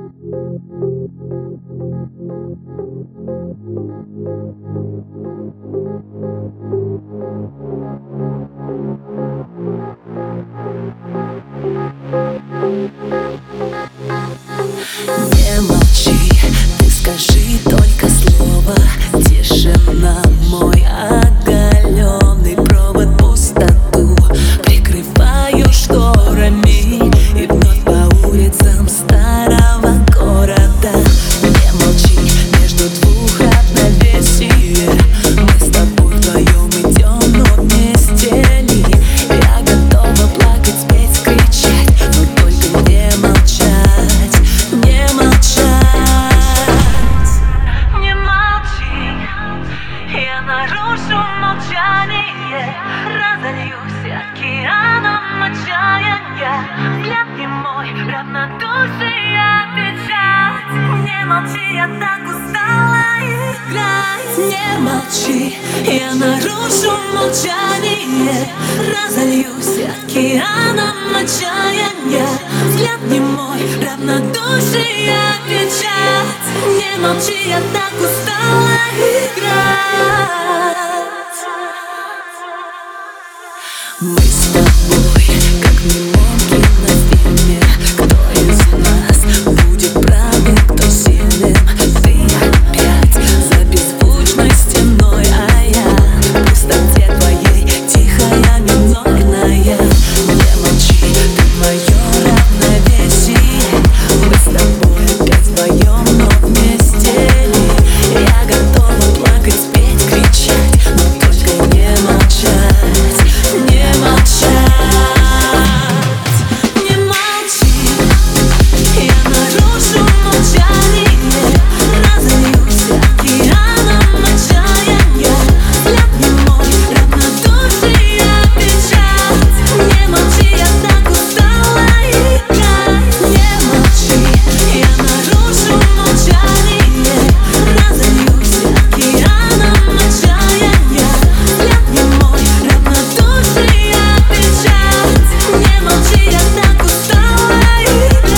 Не молчи, ты скажи только слово. Тишина, мой оголенный провод, пустоту прикрываю шторами. И вновь по улицам старого города. Не молчи, между двух равновесие. Мы с тобой вдвоем идем, но вместе ли? Я готова плакать, спеть, кричать, но только не молчать, не молчать. Не молчи, я нарушу молчание, разольюсь океаном отчаяния. Взгляд не мой, равнодушие отвечать. Не молчи, я так устала играть. Не молчи, я нарушу молчание, разольюсь океаном отчаяния. Взгляд не мой, равнодушие отвечать. Не молчи, я так устала играть. Мы с тобой, как в немом кинофильме. Кто из нас будет правым, кто сильным? Ты опять за беззвучной стеной, а я в пустоте твоей, тихая, минорная. Не молчи, ты мое равновесие. Мы с тобой опять вдвоем, но вместе ли? Я готова плакать, спеть, кричать, но только не молчать, не молчать. Не молчи, я нарушу молчание, разольюсь океаном отчаяния. Взгляд не мой, равнодушие отвечать. Не молчи, я так устала играть. Не молчи, я нарушу молчание, разольюсь океаном отчаяния. Взгляд не мой, равнодушие отвечать. Не молчи, я так устала играть.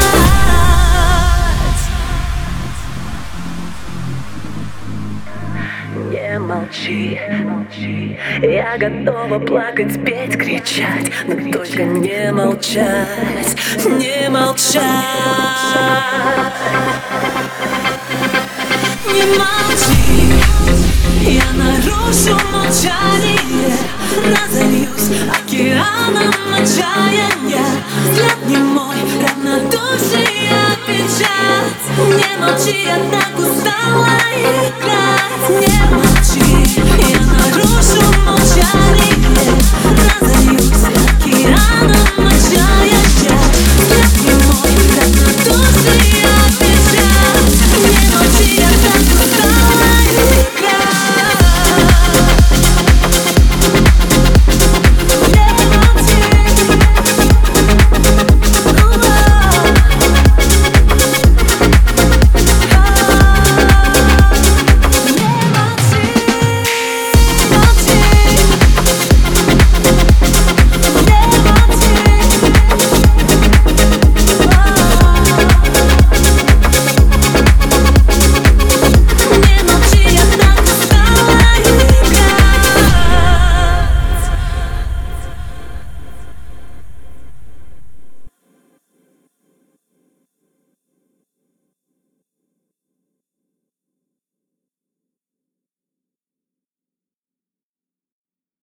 Не молчи, я готова плакать, петь, кричать, но только не молчать, не молчать. Не молчи, я нарушу молчание, разольюсь океаном отчаяния. Взгляд не мой, равнодушие отвечать. Не молчи, я так устала играть. Не